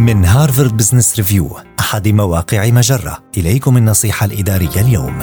من هارفارد بزنس ريفيو أحد مواقع مجرة، إليكم النصيحة الإدارية اليوم.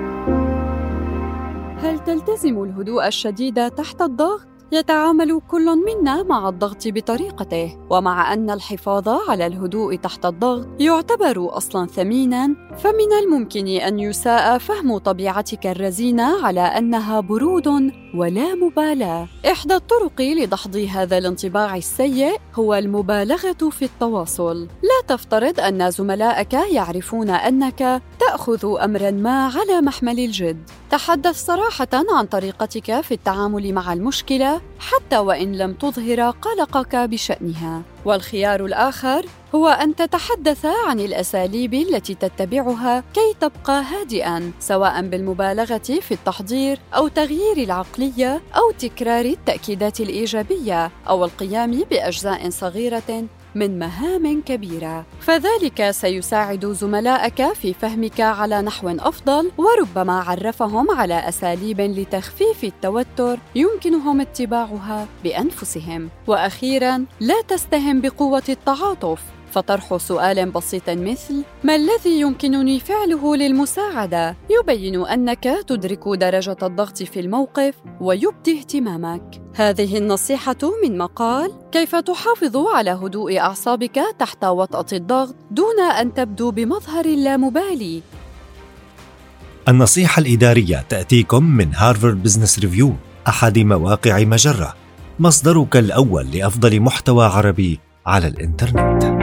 هل تلتزم الهدوء الشديد تحت الضغط؟ يتعامل كل منا مع الضغط بطريقته، ومع أن الحفاظ على الهدوء تحت الضغط يعتبر أصلاً ثميناً، فمن الممكن أن يساء فهم طبيعتك الرزينة على أنها برود ولا مبالاة. إحدى الطرق لدحض هذا الانطباع السيء هو المبالغة في التواصل. لا تفترض أن زملائك يعرفون أنك تأخذ أمراً ما على محمل الجد. تحدث صراحة عن طريقتك في التعامل مع المشكلة حتى وإن لم تظهر قلقك بشأنها. والخيار الآخر هو أن تتحدث عن الأساليب التي تتبعها كي تبقى هادئاً، سواء بالمبالغة في التحضير أو تغيير العقلية أو تكرار التأكيدات الإيجابية أو القيام بأجزاء صغيرة من مهام كبيرة، فذلك سيساعد زملائك في فهمك على نحو أفضل، وربما عرفهم على أساليب لتخفيف التوتر يمكنهم اتباعها بأنفسهم. وأخيراً، لا تستهن بقوة التعاطف، فطرح سؤال بسيط مثل ما الذي يمكنني فعله للمساعدة يبين أنك تدرك درجة الضغط في الموقف ويبدي اهتمامك. هذه النصيحة من مقال كيف تحافظ على هدوء أعصابك تحت وطأة الضغط دون أن تبدو بمظهر اللامبالي. النصيحة الإدارية تأتيكم من هارفارد بزنس ريفيو أحد مواقع مجرة، مصدرك الأول لأفضل محتوى عربي على الإنترنت.